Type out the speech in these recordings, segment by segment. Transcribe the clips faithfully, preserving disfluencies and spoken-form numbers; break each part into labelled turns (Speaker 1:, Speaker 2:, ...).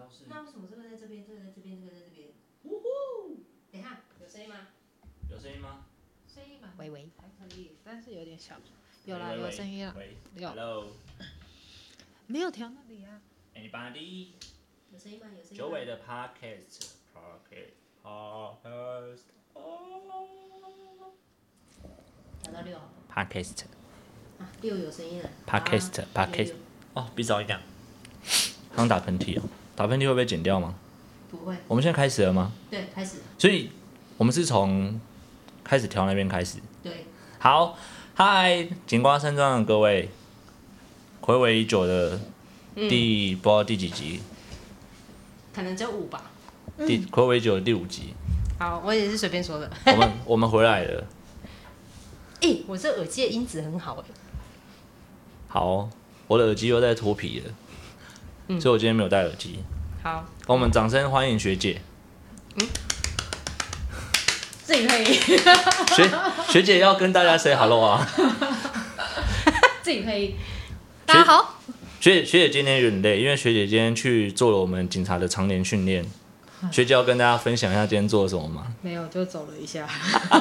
Speaker 1: 倒是。
Speaker 2: 那为什么这个在这边，这个在这边，这个在这边？呜呼！等一下，有声音吗？
Speaker 1: 有声音吗？
Speaker 3: 声音蛮
Speaker 2: 喂喂，
Speaker 3: 还可以，但是有点小。有啦，有声音了。
Speaker 1: 喂
Speaker 3: 有。
Speaker 1: Hello。
Speaker 3: 没有调那里啊。
Speaker 1: Anybody？
Speaker 2: 有声音吗？有声音吗？
Speaker 1: 久违的 podcast，podcast，podcast。
Speaker 2: 调到六好了。
Speaker 1: podcast。
Speaker 2: 啊，六有声音了。
Speaker 1: podcast，podcast。哦，比早一点。刚打喷嚏哦，打喷嚏会被剪掉吗？
Speaker 2: 不会。
Speaker 1: 我们现在开始了吗？
Speaker 2: 对，开始。
Speaker 1: 所以，我们是从开始调那边开始。
Speaker 2: 对。
Speaker 1: 好，嗨，景瓜山庄的各位，暌违已久的第、嗯、不知道第几集，
Speaker 2: 可能只有五吧。
Speaker 1: 第暌违已久的第五集。
Speaker 2: 好，我也是随便说的。
Speaker 1: 我们我们回来了。
Speaker 2: 哎、欸，我这耳机的音质很好哎。
Speaker 1: 好，我的耳机又在脱皮了。嗯、所以我今天没有戴耳机。
Speaker 2: 好，
Speaker 1: 我们掌声欢迎学姐。
Speaker 2: 嗯，自己配音。
Speaker 1: 学学姐要跟大家 say hello 啊。
Speaker 2: 自己配音。大家好。
Speaker 1: 学姐学姐今天有点累，因为学姐今天去做了我们警察的常年训练。学姐要跟大家分享一下今天做了什么吗？
Speaker 3: 没有，就走了一下。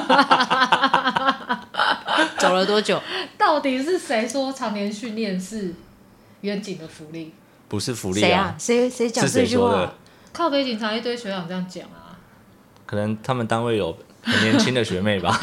Speaker 2: 走了多久？
Speaker 3: 到底是谁说常年训练是远警的福利？
Speaker 1: 不是福利
Speaker 2: 啊！谁谁讲这句话？
Speaker 3: 靠北警察一堆学长这样讲啊。
Speaker 1: 可能他们单位有很年轻的学妹吧。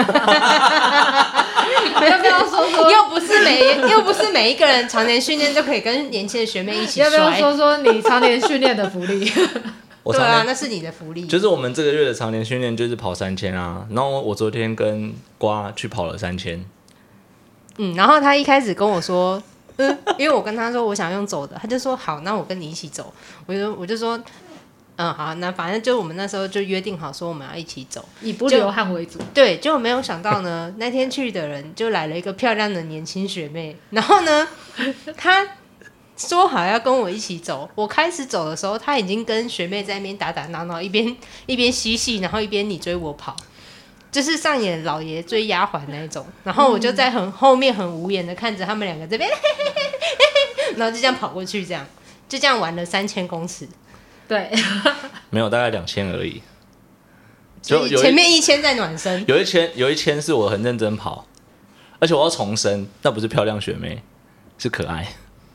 Speaker 3: 要不要说说？
Speaker 2: 又不是每又不是每一个人常年训练就可以跟年轻的学妹一起摔。
Speaker 3: 要不要说说你常年训练的福利？
Speaker 2: 对啊，那是你的福利。
Speaker 1: 就是我们这个月的常年训练就是跑三千啊，然后我昨天跟瓜去跑了三千。
Speaker 2: 嗯，然后他一开始跟我说。嗯，因为我跟他说我想用走的，他就说好，那我跟你一起走。我就我就说，嗯，好，那反正就我们那时候就约定好说我们要一起走，
Speaker 3: 以不流汗为主。
Speaker 2: 对，结果没有想到呢，那天去的人就来了一个漂亮的年轻学妹，然后呢，他说好要跟我一起走。我开始走的时候，他已经跟学妹在那边打打闹闹，一边一边嬉戏，然后一边你追我跑。就是上演老爷追丫鬟那一种，然后我就在很后面很无言的看着他们两个这边，然后就这样跑过去，这样就这样玩了三千公尺，
Speaker 3: 对，
Speaker 1: 没有大概两千而已，
Speaker 2: 就前面一千在暖身，
Speaker 1: 有一千有一千是我很认真跑，而且我要重申，那不是漂亮学妹，是可爱。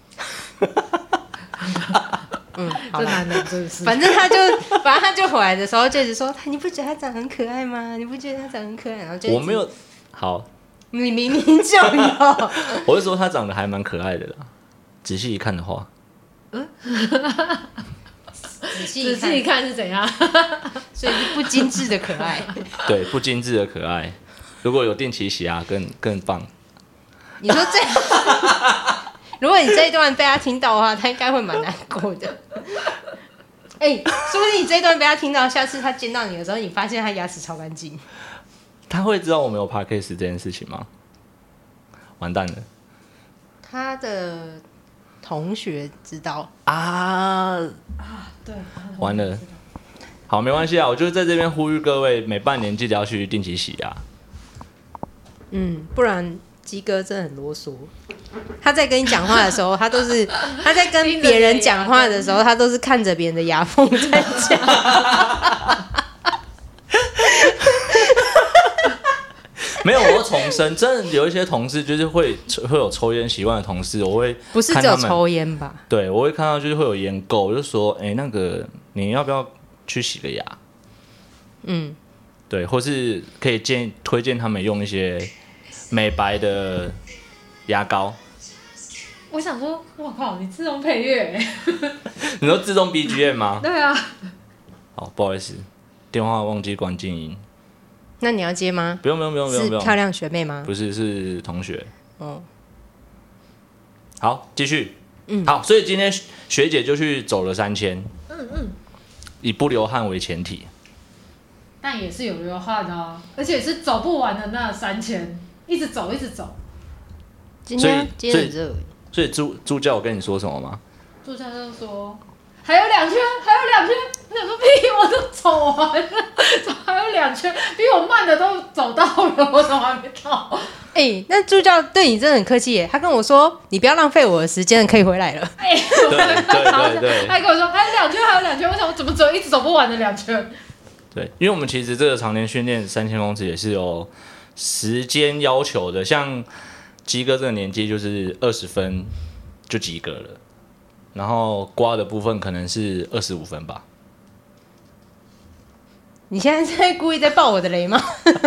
Speaker 2: 嗯，
Speaker 3: 这男的真的是，
Speaker 2: 反正他就，反正他就回来的时候就一直说，你不觉得他长很可爱吗？你不觉得他长很可爱？然后就
Speaker 1: 我没有，好，
Speaker 2: 你明明就有。
Speaker 1: 我是说他长得还蛮可爱的啦，仔细一看的话，
Speaker 2: 嗯，仔细
Speaker 3: 仔细一看是怎样？
Speaker 2: 所以是不精致的可爱。
Speaker 1: 对，不精致的可爱。如果有定期洗牙更更棒。
Speaker 2: 你说这？如果你这一段被他听到的话，他应该会蛮难过的。哎、欸，说不定你这一段被他听到，下次他见到你的时候，你发现他牙齿超干净。
Speaker 1: 他会知道我们有 podcast 这件事情吗？完蛋了。
Speaker 2: 他的同学知道
Speaker 1: 啊
Speaker 3: 啊，对，
Speaker 1: 完了。好，没关系啊，我就在这边呼吁各位，每半年记得要去定期洗牙。
Speaker 2: 嗯，不然鸡哥真的很啰嗦。他在跟你讲话的时候，他都是他在跟别人讲话的时候，他都是看着别人的牙缝在讲。
Speaker 1: 没有，我重申，真的有一些同事就是会会有抽烟习惯的同事，我会
Speaker 2: 不是只有抽烟吧？
Speaker 1: 对，我会看到就是会有烟垢，我就说，哎、欸，那个你要不要去洗个牙？嗯，对，或是可以建推荐他们用一些美白的牙膏。
Speaker 3: 我想说，我靠，你自动配乐？
Speaker 1: 你说自动 B G M 吗？
Speaker 3: 对啊。
Speaker 1: 好，不好意思，电话忘记关静音。
Speaker 2: 那你要接吗？
Speaker 1: 不用不用不用不用。
Speaker 2: 是漂亮学妹吗？
Speaker 1: 不是，是同学。
Speaker 2: 哦。
Speaker 1: 好，继续。
Speaker 2: 嗯。
Speaker 1: 好，所以今天学姐就去走了三千。
Speaker 3: 嗯嗯。
Speaker 1: 以不流汗为前提。
Speaker 3: 但也是有流汗啊，而且是走不完的那三千，一直走一直走。
Speaker 2: 今天今天很热。
Speaker 1: 所以助助教，我跟你说什么吗？
Speaker 3: 助教就说还有两圈，还有两圈， 想说屁，我都走完了，怎么还有两圈？比我慢的都走到了，我怎么还没到？
Speaker 2: 哎、欸，那助教对你真的很客气耶，他跟我说你不要浪费我的时间，可以回来了。
Speaker 3: 哎、欸，
Speaker 1: 对对对对，
Speaker 3: 他还跟我说还有两圈，还有两圈，我想我怎么走一直走不完的两圈？
Speaker 1: 对，因为我们其实这个常年训练三千公尺也是有时间要求的，像鸡哥这个年纪就是二十分就及格了，然后刮的部分可能是二十五分吧。
Speaker 2: 你现在是在故意在爆我的雷吗？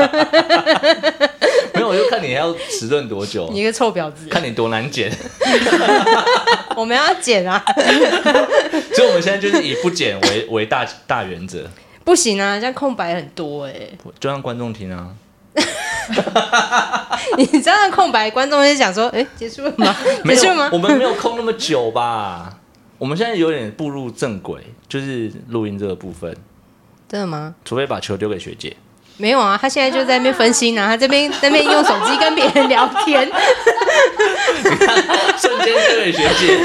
Speaker 1: 没有，我就看你还要迟钝多久。
Speaker 2: 你一个臭婊子！
Speaker 1: 看你多难减。
Speaker 2: 我们要减啊！
Speaker 1: 所以我们现在就是以不减为为大大原则。
Speaker 2: 不行啊，这样空白很多哎、欸。
Speaker 1: 就让观众听啊。
Speaker 2: 你这样空白，观众就想说：“哎、欸，结束了吗？结束了吗？”
Speaker 1: 我们没有空那么久吧？我们现在有点步入正轨，就是录音这个部分。
Speaker 2: 真的吗？
Speaker 1: 除非把球丢给学姐。
Speaker 2: 没有啊，他现在就在那边分心啊，他这边那边用手机跟别人聊天。
Speaker 1: 你看，瞬间丢给学姐。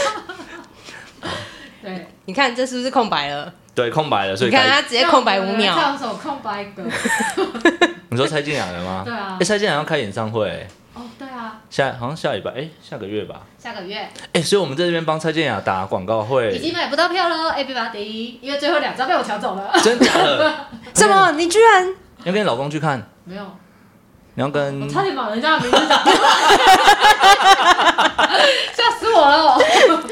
Speaker 3: 对，
Speaker 2: 你看这是不是空白了？
Speaker 1: 对，空白了，所以
Speaker 2: 你看他直接空白五秒。
Speaker 3: 唱首空白歌。
Speaker 1: 你说蔡健雅的吗？
Speaker 3: 对啊。
Speaker 1: 哎、欸，蔡健雅要开演唱会、欸。
Speaker 3: 哦，对啊。
Speaker 1: 下好像下礼拜，哎、欸，下个月吧。
Speaker 3: 下个月。哎、
Speaker 1: 欸，所以我们在这边帮蔡健雅打广告会。
Speaker 3: 已经买不到票了 ，everybody， 因为最后两张被我抢走了。
Speaker 1: 真假的？
Speaker 2: 什么？你居然？
Speaker 1: 你要跟你老公去看？
Speaker 3: 没有。
Speaker 1: 你要跟？
Speaker 3: 我差点把人家的名字讲出来，吓死我了！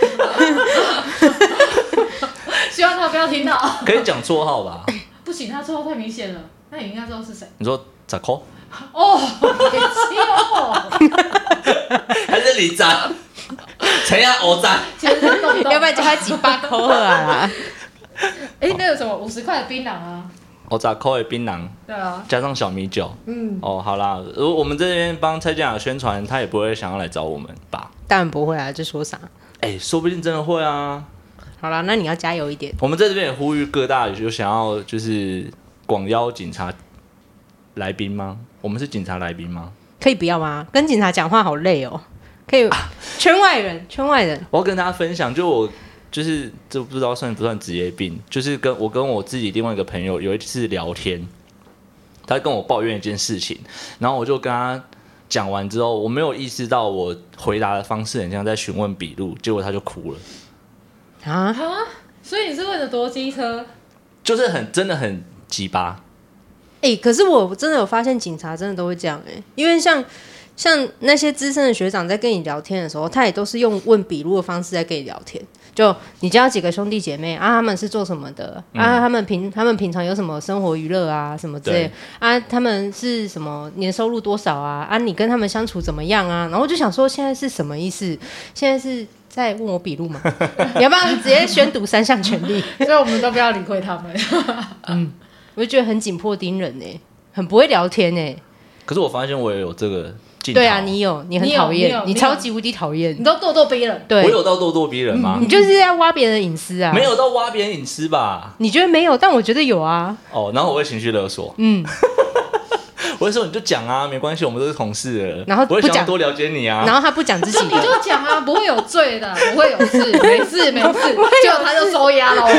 Speaker 3: 希望他不要听到。
Speaker 1: 可以讲绰号吧？
Speaker 3: 不行，他绰号太明显了。那你应该知道是谁？
Speaker 1: 你说咋扣？
Speaker 3: 哦，别气哦！
Speaker 1: 还是李章？陈亚欧章？
Speaker 2: 要不然叫他几把扣啊？
Speaker 3: 哎，那个什么五十块的槟榔啊？
Speaker 1: 欧扎扣的槟榔。
Speaker 3: 对啊。
Speaker 1: 加上小米酒。
Speaker 3: 嗯。
Speaker 1: 哦，好啦，如果我们这边帮蔡健雅宣传，他也不会想要来找我们吧？
Speaker 2: 当然不会啊，这说啥？
Speaker 1: 哎、欸，说不定真的会啊。
Speaker 2: 好啦，那你要加油一点。
Speaker 1: 我们在这边也呼吁各大有想要就是广邀警察来宾吗？我们是警察来宾吗？
Speaker 2: 可以不要吗？跟警察讲话好累哦。可以，啊、圈外人，圈外人。
Speaker 1: 我要跟大家分享，就我就是这不知道算不算职业病，就是跟我跟我自己另外一个朋友有一次聊天，他跟我抱怨一件事情，然后我就跟他讲完之后，我没有意识到我回答的方式很像在询问笔录，结果他就哭了。
Speaker 2: 啊？
Speaker 3: 所以你是为了夺机车？
Speaker 1: 就是很真的很鸡巴。
Speaker 2: 哎、欸，可是我真的有发现，警察真的都会这样哎、欸，因为像像那些资深的学长在跟你聊天的时候，他也都是用问笔录的方式在跟你聊天。就你交几个兄弟姐妹啊？他们是做什么的、嗯、啊？他们平他们平常有什么生活娱乐啊？什么之类啊？他们是什么年收入多少啊？啊，你跟他们相处怎么样啊？然后我就想说，现在是什么意思？现在是在问我笔录吗？你要不要直接宣读三项权利？
Speaker 3: 所以我们都不要理会他们。
Speaker 2: 嗯。我就觉得很紧迫盯人哎，很不会聊天哎。
Speaker 1: 可是我发现我也有这个镜头。
Speaker 2: 对啊，你有，你很讨厌，你超级无敌讨厌，
Speaker 3: 你都咄咄逼人。
Speaker 2: 对，
Speaker 1: 我有到咄咄逼人吗、
Speaker 2: 嗯？你就是在挖别人的隐私啊。
Speaker 1: 没有到挖别人隐私吧？
Speaker 2: 你觉得没有，但我觉得有啊。
Speaker 1: 哦，然后我会情绪勒索。嗯。我会说你就讲啊，没关系，我们都是同事了。
Speaker 2: 然后
Speaker 1: 我会想要多了解你啊。
Speaker 2: 然后他不讲自己的，
Speaker 3: 你就讲啊，不会有罪的，不会有事，没事没事。结果他就收押了。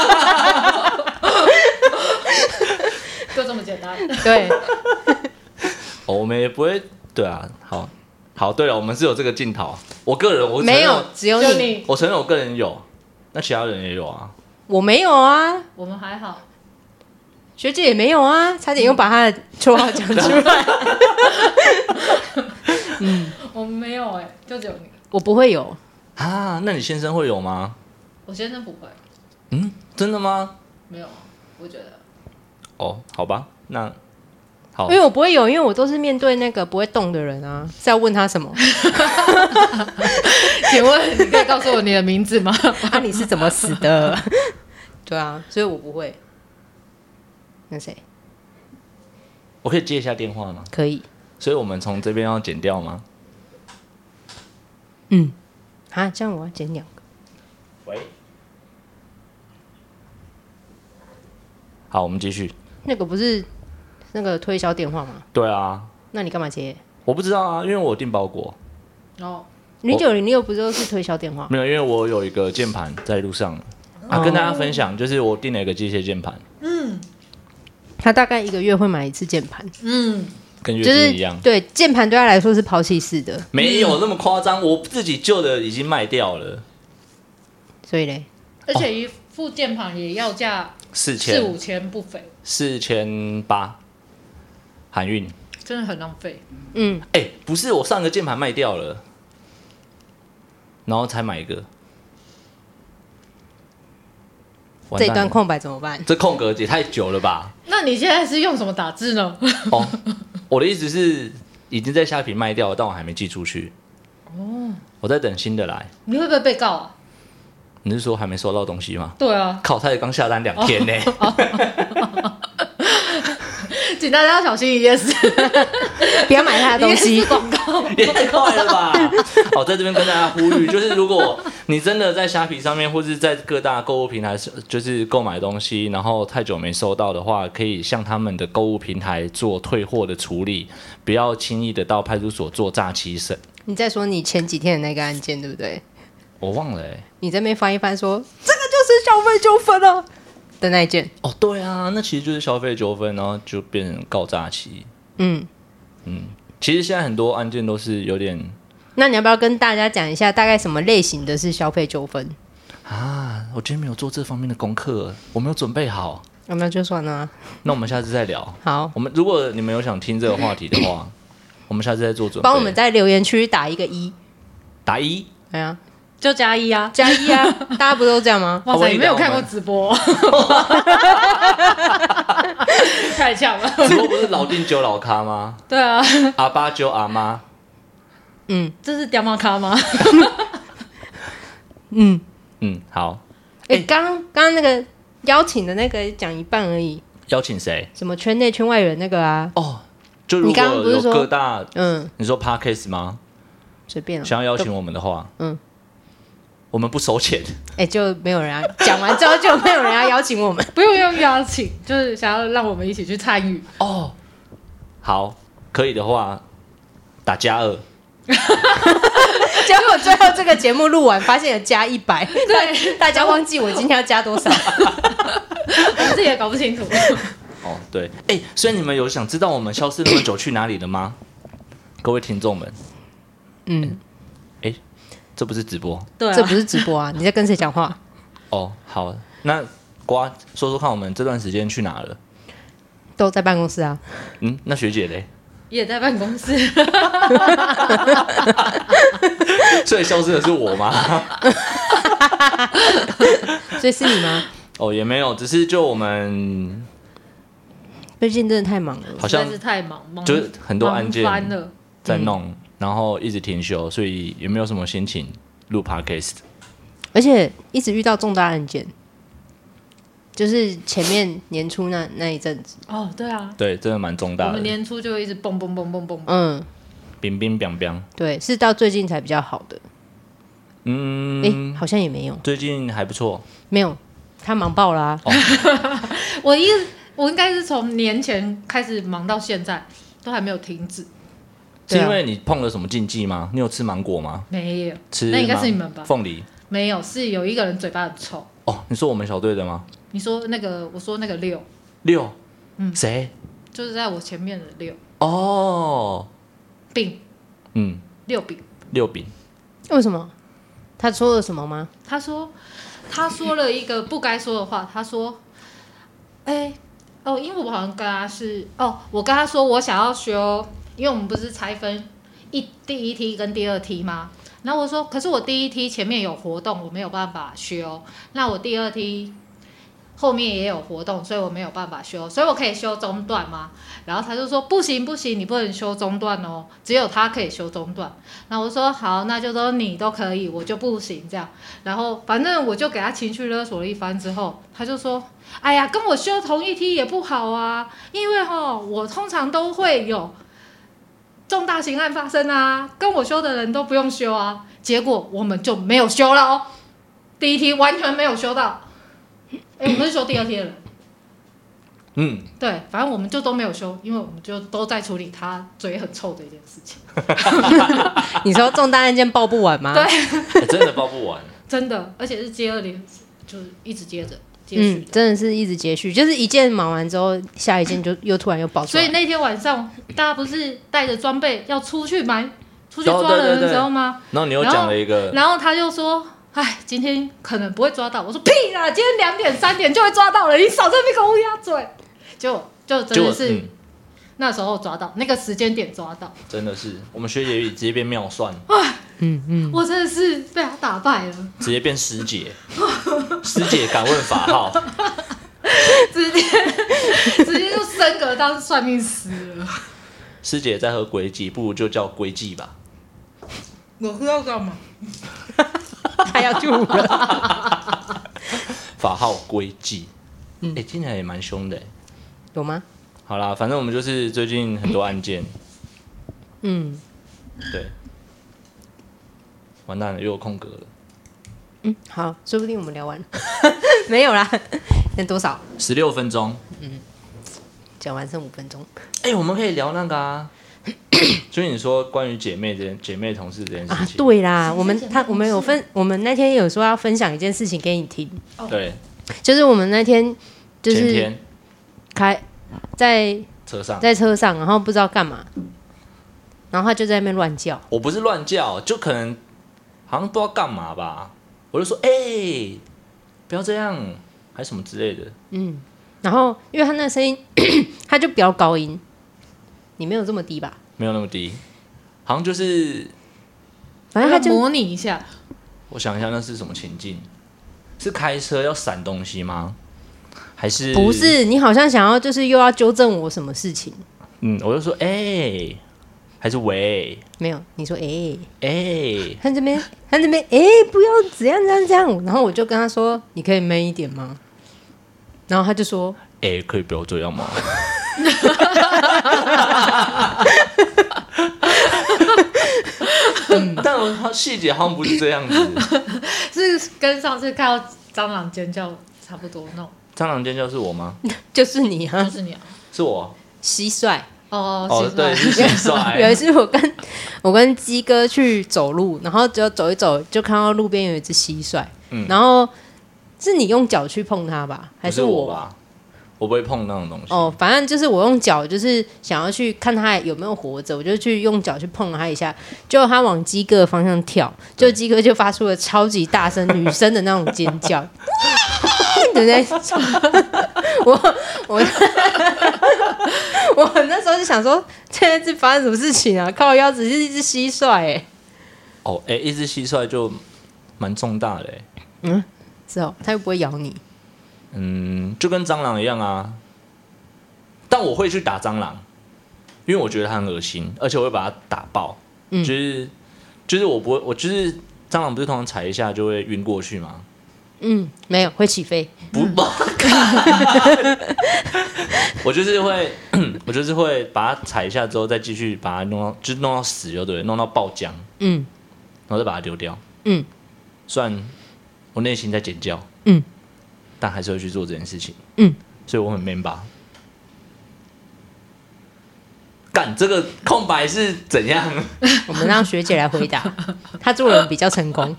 Speaker 3: 就这么简单。
Speaker 2: 对。
Speaker 1: 哦，我们也不会，对啊，好，好，对了，我们是有这个镜头。我个人，我
Speaker 2: 没有，只有你。
Speaker 1: 我承认我个人有，那其他人也有啊。
Speaker 2: 我没有啊，
Speaker 3: 我们还好。
Speaker 2: 学姐也没有啊，差点又把她的绰号讲出来。
Speaker 3: 嗯，我们没有哎、欸，就只有你。
Speaker 2: 我不会有
Speaker 1: 啊，那你先生会有吗？
Speaker 3: 我先生不会。
Speaker 1: 嗯，真的吗？
Speaker 3: 没有，我觉得。
Speaker 1: 哦，好吧，那好，
Speaker 2: 因为我不会有，因为我都是面对那个不会动的人啊，是要问他什么？
Speaker 3: 请问你可以告诉我你的名字吗？
Speaker 2: 啊，你是怎么死的？对啊，所以我不会。那谁？
Speaker 1: 我可以接一下电话吗？
Speaker 2: 可以。
Speaker 1: 所以我们从这边要剪掉吗？
Speaker 2: 嗯。啊，这样我要剪两个。
Speaker 1: 喂。好，我们继续。
Speaker 2: 那个不是那个推销电话吗？
Speaker 1: 对啊。
Speaker 2: 那你干嘛接？
Speaker 1: 我不知道啊，因为我订包裹。
Speaker 3: 哦。
Speaker 2: 零九零六不就是推销电话？
Speaker 1: 没有，因为我有一个键盘在路上。 啊，跟大家分享，就是我订了一个机械键盘，
Speaker 3: 嗯
Speaker 2: 他大概一个月会买一次键盘，
Speaker 3: 嗯，
Speaker 1: 跟月
Speaker 2: 就是
Speaker 1: 经一样，
Speaker 2: 对键盘对他来说是抛弃式的，
Speaker 1: 没有那么夸张，我自己旧的已经卖掉了，
Speaker 2: 所以嘞，
Speaker 3: 而且一副键盘也要价
Speaker 1: 四千
Speaker 3: 四五千不菲，
Speaker 1: 四千八，含运。
Speaker 3: 真的很浪费。
Speaker 2: 嗯，
Speaker 1: 哎、欸，不是，我上个键盘卖掉了，然后才买一个。
Speaker 2: 这一段空白怎么办？
Speaker 1: 这空格也太久了吧？
Speaker 3: 那你现在是用什么打字呢？
Speaker 1: 哦，我的意思是已经在虾皮卖掉了，但我还没寄出去。哦，我在等新的来。
Speaker 3: 你会不会被告啊？
Speaker 1: 你是说还没收到东西吗？
Speaker 3: 对啊，
Speaker 1: 靠，他也刚下单两天呢、
Speaker 3: 哦。请大家要小心一件事，
Speaker 2: 不要买他的东西。
Speaker 3: 广告
Speaker 1: 也太快了吧！好，在这边跟大家呼吁，就是如果你真的在虾皮上面，或是在各大购物平台，就是购买东西，然后太久没收到的话，可以向他们的购物平台做退货的处理，不要轻易的到派出所做诈欺审。
Speaker 2: 你在说你前几天的那个案件对不对？
Speaker 1: 我忘了哎、欸，
Speaker 2: 你这边翻一翻说，这个就是消费纠纷啊的那一件。
Speaker 1: 哦，对啊，那其实就是消费纠纷，然后就变成告诈欺。
Speaker 2: 嗯
Speaker 1: 嗯，其实现在很多案件都是有点。
Speaker 2: 那你要不要跟大家讲一下，大概什么类型的是消费纠纷
Speaker 1: 啊？我今天没有做这方面的功课，我没有准备好。
Speaker 2: 那、啊、那就算了、啊。
Speaker 1: 那我们下次再聊。
Speaker 2: 好，
Speaker 1: 我们如果你们有想听这个话题的话，我们下次再做准备。
Speaker 2: 帮我们在留言区打一个一，
Speaker 1: 打一。
Speaker 2: 对啊。
Speaker 3: 就加一啊，
Speaker 2: 加一啊，大家不都这样吗？
Speaker 3: 哇塞，你没有看过直播，太强了。
Speaker 1: 直播不是老定揪老咖吗？
Speaker 3: 对啊，
Speaker 1: 阿爸揪阿妈。
Speaker 2: 嗯，
Speaker 3: 这是刁妈咖吗？
Speaker 2: 嗯
Speaker 1: 嗯，好。
Speaker 2: 哎、欸，刚刚刚那个邀请的那个讲一半而已。
Speaker 1: 邀请谁？
Speaker 2: 什么圈内圈外人那个啊？
Speaker 1: 哦，就如果有各大，
Speaker 2: 嗯，
Speaker 1: 你说 Podcast 吗？
Speaker 2: 随便、啊。
Speaker 1: 想要邀请我们的话，
Speaker 2: 嗯。
Speaker 1: 我们不收钱，
Speaker 2: 哎、欸，就没有人要讲完之后就没有人要邀请我们，
Speaker 3: 不用用邀请，就是想要让我们一起去参与
Speaker 1: 哦。好，可以的话打加二，
Speaker 2: 结果最后这个节目录完，发现有加一百，
Speaker 3: 对，
Speaker 2: 大家忘记我今天要加多少，
Speaker 3: 我们自己也搞不清楚。
Speaker 1: 哦，对，哎、欸，所以你们有想知道我们消失那么久去哪里了吗？各位听众们，
Speaker 2: 嗯。
Speaker 1: 这不是直播，
Speaker 3: 对、啊，
Speaker 2: 这不是直播啊！你在跟谁讲话？
Speaker 1: 哦，好，那瓜说说看，我们这段时间去哪了？
Speaker 2: 都在办公室啊。
Speaker 1: 嗯，那学姐嘞？
Speaker 3: 也在办公室。
Speaker 1: 所以消失的是我吗？
Speaker 2: 所以是你吗？
Speaker 1: 哦，也没有，只是就我们
Speaker 2: 最近真的太忙了，
Speaker 1: 好像
Speaker 3: 是太忙，忙
Speaker 1: 就是很多案件
Speaker 3: 翻了
Speaker 1: 在弄。嗯，然后一直停休，所以也没有什么心情录 podcast，
Speaker 2: 而且一直遇到重大案件，就是前面年初那那一阵子。
Speaker 3: 哦，对啊，
Speaker 1: 对，真的蛮重大的。
Speaker 3: 我们年初就一直蹦蹦蹦蹦蹦，
Speaker 2: 嗯，
Speaker 1: 冰冰冰冰，
Speaker 2: 对，是到最近才比较好的。
Speaker 1: 嗯，
Speaker 2: 哎，好像也没有，
Speaker 1: 最近还不错，
Speaker 2: 没有，他忙爆啦、啊。
Speaker 3: 哦、我一我应该是从年前开始忙到现在，都还没有停止。
Speaker 1: 是因为你碰了什么禁忌吗？你有吃芒果吗？
Speaker 3: 没有，
Speaker 1: 吃
Speaker 3: 那应该是你们吧？
Speaker 1: 凤梨
Speaker 3: 没有，是有一个人嘴巴很臭。
Speaker 1: 哦，你说我们小队的吗？
Speaker 3: 你说那个，我说那个六
Speaker 1: 六，
Speaker 3: 嗯，
Speaker 1: 谁？
Speaker 3: 就是在我前面的六
Speaker 1: 哦，
Speaker 3: 饼，
Speaker 1: 嗯，
Speaker 3: 六饼，
Speaker 1: 六饼，
Speaker 2: 为什么？他说了什么吗？
Speaker 3: 他说，他说了一个不该说的话。他说，哎、欸，哦，因为我好像跟他是，哦，我跟他说我想要修。因为我们不是拆分一第一梯跟第二梯吗？然后我说，可是我第一梯前面有活动，我没有办法修。那我第二梯后面也有活动，所以我没有办法修，所以我可以修中段吗？然后他就说不行不行，你不能修中段哦，只有他可以修中段。然后我说好，那就说你都可以，我就不行这样。然后反正我就给他情绪勒索了一番之后，他就说，哎呀，跟我修同一梯也不好啊，因为齁我通常都会有重大刑案发生啊，跟我修的人都不用修啊，结果我们就没有修了哦，第一梯完全没有修到，哎，我们是修第二梯的人，嗯，对，反正我们就都没有修，因为我们就都在处理他嘴很臭的一件事情。
Speaker 2: 你说重大案件报不完吗？
Speaker 3: 对、
Speaker 1: 欸，真的报不完，
Speaker 3: 真的，而且是接二连就一直接着接续
Speaker 2: 嗯，真的是一直接续，就是一件忙完之后，下一件就又突然又爆出来。
Speaker 3: 所以那天晚上大家不是带着装备要出去买、出去抓人的时候吗？
Speaker 1: 然后你又讲了一个，
Speaker 3: 然后他就说：“哎，今天可能不会抓到。”我说：“屁啦，今天两点、三点就会抓到了，你少在那边给我乌鸦嘴。”就就真的是、嗯、那时候抓到，那个时间点抓到，
Speaker 1: 真的是我们学姐直接变妙算。
Speaker 2: 嗯嗯，
Speaker 3: 我真的是被他打败了，
Speaker 1: 直接变师姐，师姐敢问法号，
Speaker 3: 直接直接就升格当算命师了。
Speaker 1: 师姐在喝龟记，不如就叫龟记吧。
Speaker 3: 我喝要干嘛？
Speaker 2: 他要吐了。
Speaker 1: 法号龟记，哎、
Speaker 2: 嗯
Speaker 1: 欸，听起来也蛮凶的，
Speaker 2: 有吗？
Speaker 1: 好啦，反正我们就是最近很多案件，
Speaker 2: 嗯，
Speaker 1: 对。完蛋了，又有空格了。
Speaker 2: 嗯，好，说不定我们聊完了，没有啦，那多少？
Speaker 1: 十六分钟。
Speaker 2: 嗯，讲完剩五分钟。
Speaker 1: 哎、欸，我们可以聊那个啊，就是你说关于姐妹这件姐妹同事这件事情。啊、
Speaker 2: 对啦，我们他我们有分，我们那天有说要分享一件事情给你听。
Speaker 1: 对，
Speaker 2: 就是我们那天就是
Speaker 1: 前天
Speaker 2: 开在
Speaker 1: 车上，
Speaker 2: 在车上，然后不知道干嘛，然后他就在那边乱叫。
Speaker 1: 我不是乱叫，就可能。好像不知道干嘛吧，我就说哎、欸，不要这样，还什么之类的。嗯，
Speaker 2: 然后因为他那个声音，他就比较高音，你没有这么低吧？
Speaker 1: 没有那么低，好像就是，
Speaker 2: 反正他就
Speaker 3: 模拟一下。
Speaker 1: 我想一下，那是什么情境？是开车要闪东西吗？还是
Speaker 2: 不是？你好像想要就是又要纠正我什么事情？
Speaker 1: 嗯，我就说哎。欸还是喂？
Speaker 2: 没有，你说哎
Speaker 1: 哎、欸，
Speaker 2: 他这边他这边哎，不要怎样怎样这样，然后我就跟他说，你可以 man 一点吗？然后他就说，
Speaker 1: 哎、欸，可以不要这样吗？嗯，但我细节好像不是这样子，
Speaker 3: 是跟上次看到蟑螂尖叫差不多那种。
Speaker 1: 蟑螂尖叫是我吗？
Speaker 2: 就是你啊，
Speaker 3: 就是你啊，
Speaker 1: 是我。
Speaker 2: 蟋蟀。
Speaker 3: 哦
Speaker 1: 哦，对，是蟋蟀。
Speaker 2: 有一次我跟我跟鸡哥去走路，然后就走一走，就看到路边有一只蟋蟀，嗯、然后是你用脚去碰它吧，还是
Speaker 1: 我,
Speaker 2: 我?
Speaker 1: 是我吧？我不会碰那种东西。
Speaker 2: 哦，反正就是我用脚，就是想要去看它有没有活着，我就去用脚去碰了它一下，结果它往鸡哥的方向跳，就鸡哥就发出了超级大声女生的那种尖叫。对不对？我我我那时候就想说，现在是发生什么事情啊？靠腰只是一只蟋蟀哎、欸。
Speaker 1: 哦，哎、欸，一只蟋蟀就蛮重大的哎、欸。
Speaker 2: 嗯，是哦，它又不会咬你。
Speaker 1: 嗯，就跟蟑螂一样啊。但我会去打蟑螂，因为我觉得它很恶心，而且我会把它打爆。嗯，就是就是我不会，我就是蟑螂不是通常踩一下就会晕过去吗？
Speaker 2: 嗯，没有，会起飞。
Speaker 1: 不，我就是会，我就是会把它踩一下之后，再继续把它弄到，就弄到死就对了，弄到爆浆，嗯，然后再把它丢掉，嗯。虽然我内心在尖叫，嗯，但还是会去做这件事情，嗯，所以我很 man 吧。干这个空白是怎样？
Speaker 2: 我们让学姐来回答，她做人比较成功。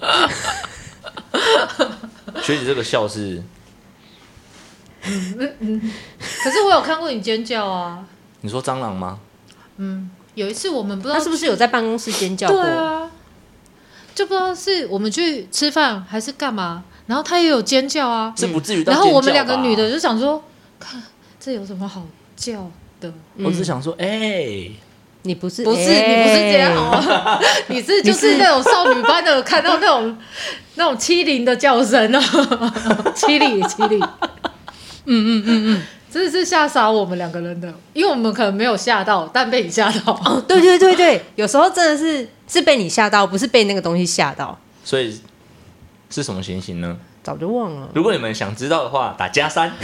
Speaker 1: 学姐这个笑是，
Speaker 3: 可是我有看过你尖叫啊。
Speaker 1: 你说蟑螂吗？
Speaker 3: 嗯，有一次我们不知道
Speaker 2: 他是不是有在办公室尖叫过？
Speaker 3: 对啊，就不知道是我们去吃饭还是干嘛，然后他也有尖叫啊，
Speaker 1: 是不至于到尖叫吧。
Speaker 3: 然后我们两个女的就想说，看这有什么好叫的？
Speaker 1: 我只想说，哎、欸。
Speaker 2: 你不是
Speaker 3: 不是、欸、你不是这样哦，你是就是那种少女般的看到那种那种欺凌的叫声哦，欺凌欺凌，嗯嗯嗯嗯，真的是吓傻我们两个人的，因为我们可能没有吓到，但被你吓到。
Speaker 2: 哦，对对对对，有时候真的是是被你吓到，不是被那个东西吓到。
Speaker 1: 所以是什么情形呢？
Speaker 2: 早就忘了。
Speaker 1: 如果你们想知道的话，打加三。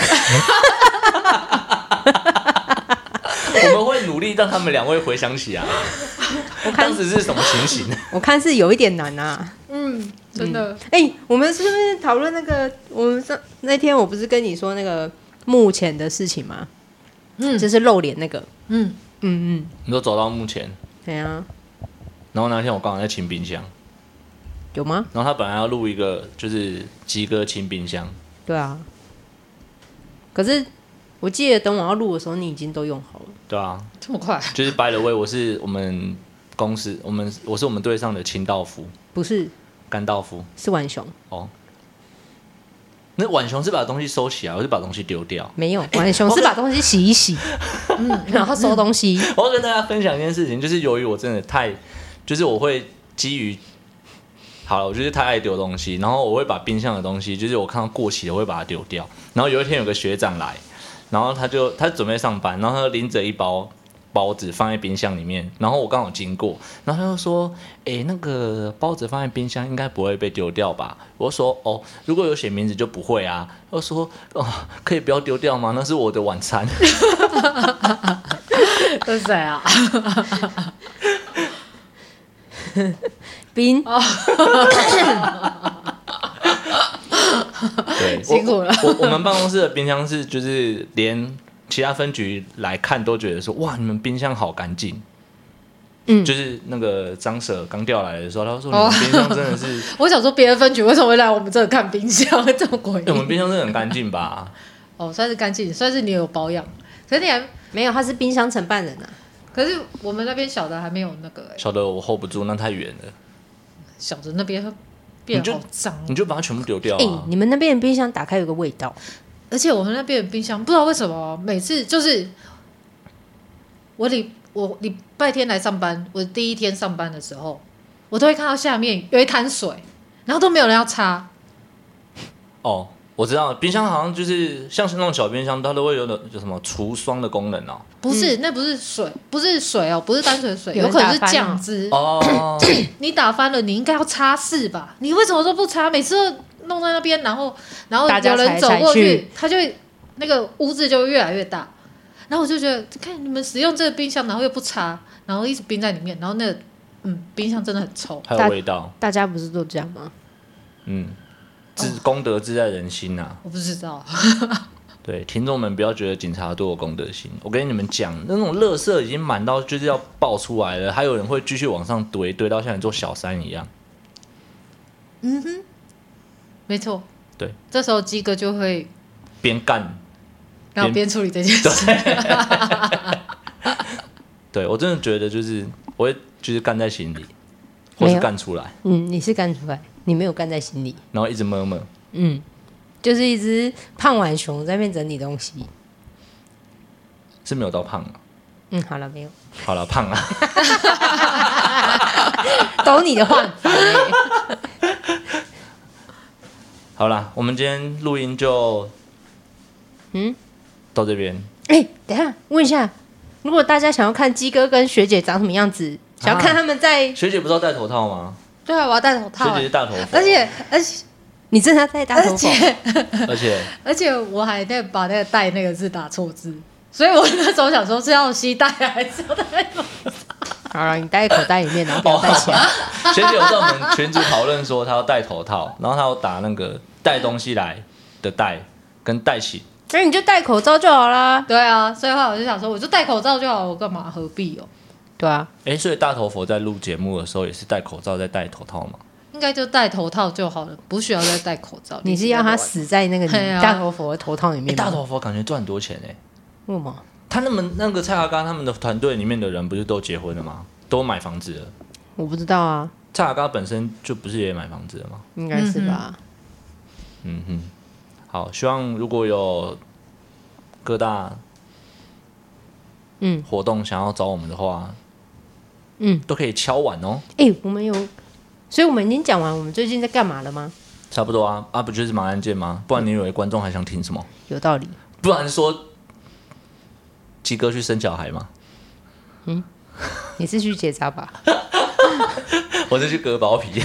Speaker 1: 我们会努力让他们两位回想起来，我看当时是什么情形？
Speaker 2: 我看是有一点难啊。
Speaker 3: 嗯，真的。
Speaker 2: 哎、嗯欸，我们是不是讨论那个？我们那天我不是跟你说那个目前的事情吗？嗯，就是露脸那个。嗯嗯嗯。
Speaker 1: 你都走到目前。
Speaker 2: 对啊。
Speaker 1: 然后那天我刚好在清冰箱。
Speaker 2: 有吗？
Speaker 1: 然后他本来要录一个就是鸡哥清冰箱，
Speaker 2: 对啊。可是我记得等我要录的时候，你已经都用好了。
Speaker 1: 对啊，
Speaker 3: 这么快？
Speaker 1: 就是 by the way， 我是我们公司，我们我是我们队上的清道夫，
Speaker 2: 不是
Speaker 1: 甘道夫，
Speaker 2: 是浣熊
Speaker 1: 哦。那浣熊是把东西收起来，我是把东西丢掉。
Speaker 2: 没有，浣熊是把东西洗一洗，嗯，然后收东西。
Speaker 1: 我要跟大家分享一件事情，就是由于我真的太，就是我会基于，好了，我就是太爱丢东西，然后我会把冰箱的东西，就是我看到过期的，我会把它丢掉。然后有一天有个学长来，然后他就他准备上班，然后他就拎着一包包子放在冰箱里面，然后我刚好经过，然后他就说：“哎、欸，那个包子放在冰箱应该不会被丢掉吧？”我说：“哦，如果有写名字就不会啊。”他说：“哦，可以不要丢掉吗？那是我的晚餐。”
Speaker 3: 这是谁啊？
Speaker 2: 冰。
Speaker 1: 对，
Speaker 3: 辛苦了。
Speaker 1: 我 我, 我们办公室的冰箱是就是连其他分局来看都觉得说，哇，你们冰箱好干净。嗯，就是那个张舍刚调来的时候，他说你们冰箱真的是，
Speaker 3: 我想说别的分局为什么会来我们这看冰箱这么诡异？
Speaker 1: 欸，我们冰箱真的很干净吧？
Speaker 3: 哦，算是干净，算是你有保养，可是你还
Speaker 2: 没有，他是冰箱承办人啊。
Speaker 3: 可是我们那边小的还没有那个、欸，
Speaker 1: 小的我 hold 不住，那太远了。
Speaker 3: 小的那边变好脏，
Speaker 1: 你就把它全部丢掉啊！
Speaker 2: 哎、欸，你们那边的冰箱打开有个味道，
Speaker 3: 而且我们那边的冰箱不知道为什么每次就是我礼我礼拜天来上班，我第一天上班的时候，我都会看到下面有一滩水，然后都没有人要擦。
Speaker 1: 哦，我知道，冰箱好像就是像是那种小冰箱，它都会有的有什么除霜的功能哦。
Speaker 3: 不是，嗯、那不是水，不是水哦，不是单纯水，有可能是酱汁
Speaker 1: 哦。
Speaker 3: 你打翻了，你应该要擦拭吧？你为什么都不擦？每次都弄在那边，然后然后有人走过去，他就那个污渍就越来越大。然后我就觉得，看你们使用这个冰箱，然后又不擦，然后一直冰在里面，然后那个嗯，冰箱真的很臭，
Speaker 1: 还有味道。
Speaker 2: 大家不是都这样吗？
Speaker 1: 嗯，自功德自在人心呐、啊。
Speaker 3: 我不知道。
Speaker 1: 对，听众们不要觉得警察都有公德心。我跟你们讲，那种垃圾已经满到就是要爆出来了，还有人会继续往上堆，堆到像你做小山一样。
Speaker 3: 嗯哼，没错。
Speaker 1: 对，
Speaker 3: 这时候鸡哥就会
Speaker 1: 边干，
Speaker 3: 然后边处理这件事。
Speaker 1: 对，我真的觉得就是我会就是干在心里，或是干出来。
Speaker 2: 嗯，你是干出来，你没有干在心里，
Speaker 1: 然后一直摸摸。
Speaker 2: 嗯。就是一只胖浣熊在那边整理东西，
Speaker 1: 是没有到胖啊。
Speaker 2: 嗯，好了，没有。
Speaker 1: 好了，胖啊。
Speaker 2: 懂你的话很烦欸。
Speaker 1: 好啦，我们今天录音就嗯到这边。
Speaker 2: 哎、欸，等一下问一下，如果大家想要看鸡哥跟学姐长什么样子，啊、想要看他们在
Speaker 1: 学姐不是要戴头套吗？
Speaker 3: 对啊，我要戴头套、欸。
Speaker 1: 学姐是大头发，
Speaker 3: 而且而且。
Speaker 2: 你真的戴大头发，
Speaker 1: 而且
Speaker 3: 而且我还在把那个“戴”那个字打错字，所以我那时候想说是要吸戴还是要戴头套。
Speaker 2: 好了，你戴在口袋里面，然后不要戴起来。
Speaker 1: 学姐有在我们群组讨论说她要戴头套，然后她要打那个带东西来的带跟带起，
Speaker 2: 那你就戴口罩就好啦。
Speaker 3: 对啊，所以后来我就想说，我就戴口罩就好，我干嘛何必哦？
Speaker 2: 对啊，
Speaker 1: 哎、欸，所以大头佛在录节目的时候也是戴口罩在戴头套吗？
Speaker 3: 应该就戴头套就好了，不需要再戴口罩。
Speaker 2: 你是要他死在那个大头佛的头套里面吗？
Speaker 1: 欸、大头佛感觉赚很多钱哎、欸。
Speaker 2: 为什么？
Speaker 1: 他那么那个蔡阿嘎他们的团队里面的人不是都结婚了吗？都买房子了。
Speaker 2: 我不知道啊。
Speaker 1: 蔡阿嘎本身就不是也买房子了吗？
Speaker 2: 应该是吧。
Speaker 1: 嗯哼。好，希望如果有各大嗯活动想要找我们的话，嗯，都可以敲碗哦。
Speaker 2: 哎、欸，我们有。所以我们已经讲完我们最近在干嘛了吗？
Speaker 1: 差不多啊，啊不就是马案件吗？不然你以为观众还想听什么？
Speaker 2: 有道理。
Speaker 1: 不然说鸡哥去生小孩吗？
Speaker 2: 嗯，你是去结扎吧？
Speaker 1: 我是去割包皮。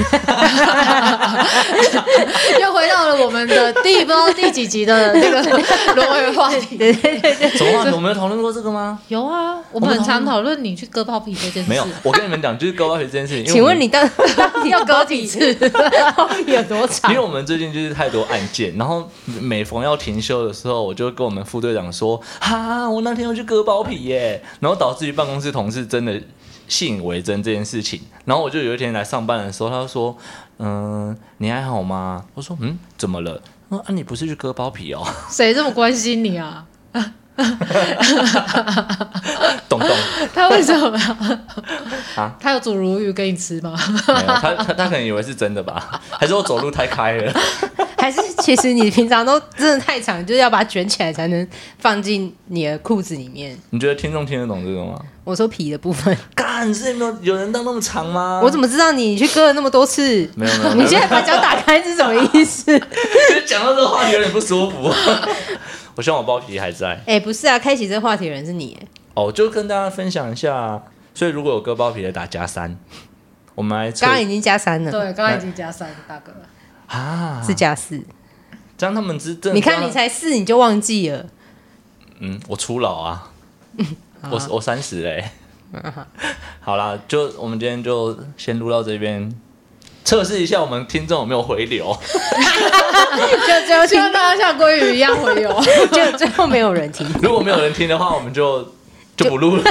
Speaker 3: 又回到了我们的第不知道第几集的那个轮回话题。
Speaker 2: 对对对对，
Speaker 1: 什么话题？我们有讨论过这个吗？
Speaker 3: 有啊，我们很常讨论你去割包皮这件事。
Speaker 1: 没有，我跟你们讲，就是割包皮这件事情。
Speaker 2: 请问你到底要割几次？包皮有多长？
Speaker 1: 因为我们最近就是太多案件，然后每逢要停休的时候，我就跟我们副队长说：“哈，我那天要去割包皮耶。”然后导致于办公室同事真的信以为真这件事情。然后我就有一天来上班的时候，他就说：“嗯、呃，你还好吗？”我说：“嗯，怎么了？”他说：“啊，你不是去割包皮哦？”
Speaker 3: 谁这么关心你啊？
Speaker 1: 懂懂。
Speaker 3: 他为什么
Speaker 1: 啊？
Speaker 3: 他有煮鲈鱼给你吃吗？
Speaker 1: 没有，他他他可能以为是真的吧？还是我走路太开了？
Speaker 2: 还是其实你平常都真的太长，就是要把它卷起来才能放进你的裤子里面。
Speaker 1: 你觉得听众听得懂这个吗？
Speaker 2: 我说皮的部分，
Speaker 1: 干，是没有有人当那么长吗？
Speaker 2: 我怎么知道你去割了那么多次？
Speaker 1: 没有没有，
Speaker 2: 你现在把脚打开是什么意思？
Speaker 1: 就是讲到这个话题有点不舒服。我希望我包皮还在。
Speaker 2: 哎、欸，不是啊，开启这个话题的人是你。
Speaker 1: 哦，就跟大家分享一下、啊。所以如果有割包皮的打加三，我们来测。
Speaker 2: 刚刚已经加三了。
Speaker 3: 对，刚刚已经加三，大哥。
Speaker 1: 啊，
Speaker 2: 是加四。
Speaker 1: 这样他们真的，
Speaker 2: 你看你才四你就忘记了。
Speaker 1: 嗯，我初老啊，我我三十嘞。好啦，就我们今天就先录到这边，测试一下我们听众有没有回流。
Speaker 2: 就最后
Speaker 3: 希望大家像鲑鱼一样回流，
Speaker 2: 就最后没有人听。
Speaker 1: 如果没有人听的话，我们就就不录了。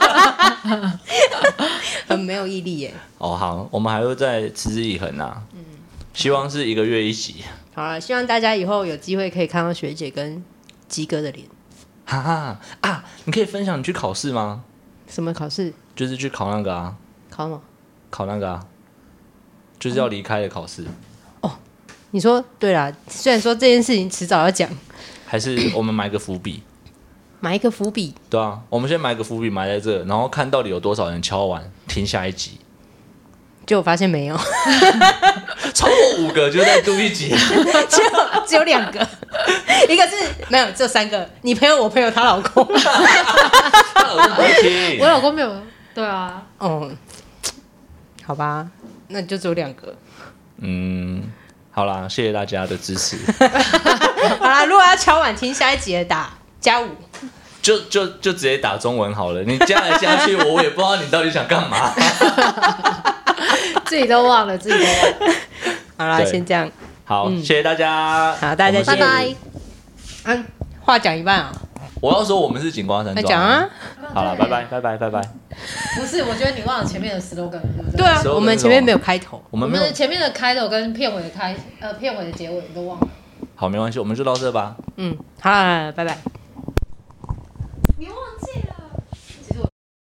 Speaker 2: 很没有毅力耶。
Speaker 1: 哦，好，我们还会再持之以恒啊。嗯，希望是一个月一集。
Speaker 2: 好了，希望大家以后有机会可以看到学姐跟鸡哥的脸。
Speaker 1: 哈哈啊！你可以分享你去考试吗？
Speaker 2: 什么考试？
Speaker 1: 就是去考那个啊，
Speaker 2: 考什么？
Speaker 1: 考那个啊，就是要离开的考试。
Speaker 2: 哦，你说对啦，虽然说这件事情迟早要讲，
Speaker 1: 还是我们埋个伏笔，
Speaker 2: 埋一个伏笔。
Speaker 1: 对啊，我们先埋个伏笔埋在这，然后看到底有多少人敲完，听下一集。
Speaker 2: 结果发现没有，
Speaker 1: 超过五个就再录一集，
Speaker 2: 只有只有两个，一个是没有，只有三个，你朋友、我朋友、她老公。
Speaker 1: 他老公不会听，
Speaker 3: 我老公没有，对啊，
Speaker 2: 哦，好吧，那就只有两个。
Speaker 1: 嗯，好啦，谢谢大家的支持。
Speaker 2: 好啦，如果要敲碗听下一集的打加五，
Speaker 1: 就就就直接打中文好了，你加来加去，我也不知道你到底想干嘛。
Speaker 3: 自己都忘了，自己都忘了。
Speaker 2: 好啦，
Speaker 1: 对
Speaker 2: 先这样。
Speaker 1: 好，
Speaker 2: 嗯
Speaker 1: 谢谢大家，
Speaker 2: 好大家再见
Speaker 1: 我们是
Speaker 3: 拜拜。
Speaker 2: 啊，话讲一半啊，
Speaker 1: 我要说我们是景瓜山庄，
Speaker 2: 那讲啊。
Speaker 1: 好了，拜拜拜拜拜拜。
Speaker 3: 不是，我觉得你忘了前面的 slogan，对不对？
Speaker 2: 对啊，
Speaker 1: slogan
Speaker 2: 我们前面没有开头。
Speaker 3: 我
Speaker 1: 我们没有
Speaker 3: 们前面的开头跟片尾的开，呃，片尾的结尾你都忘了。
Speaker 1: 好，没关系，我们就到这吧。
Speaker 2: 嗯，好啦，拜拜。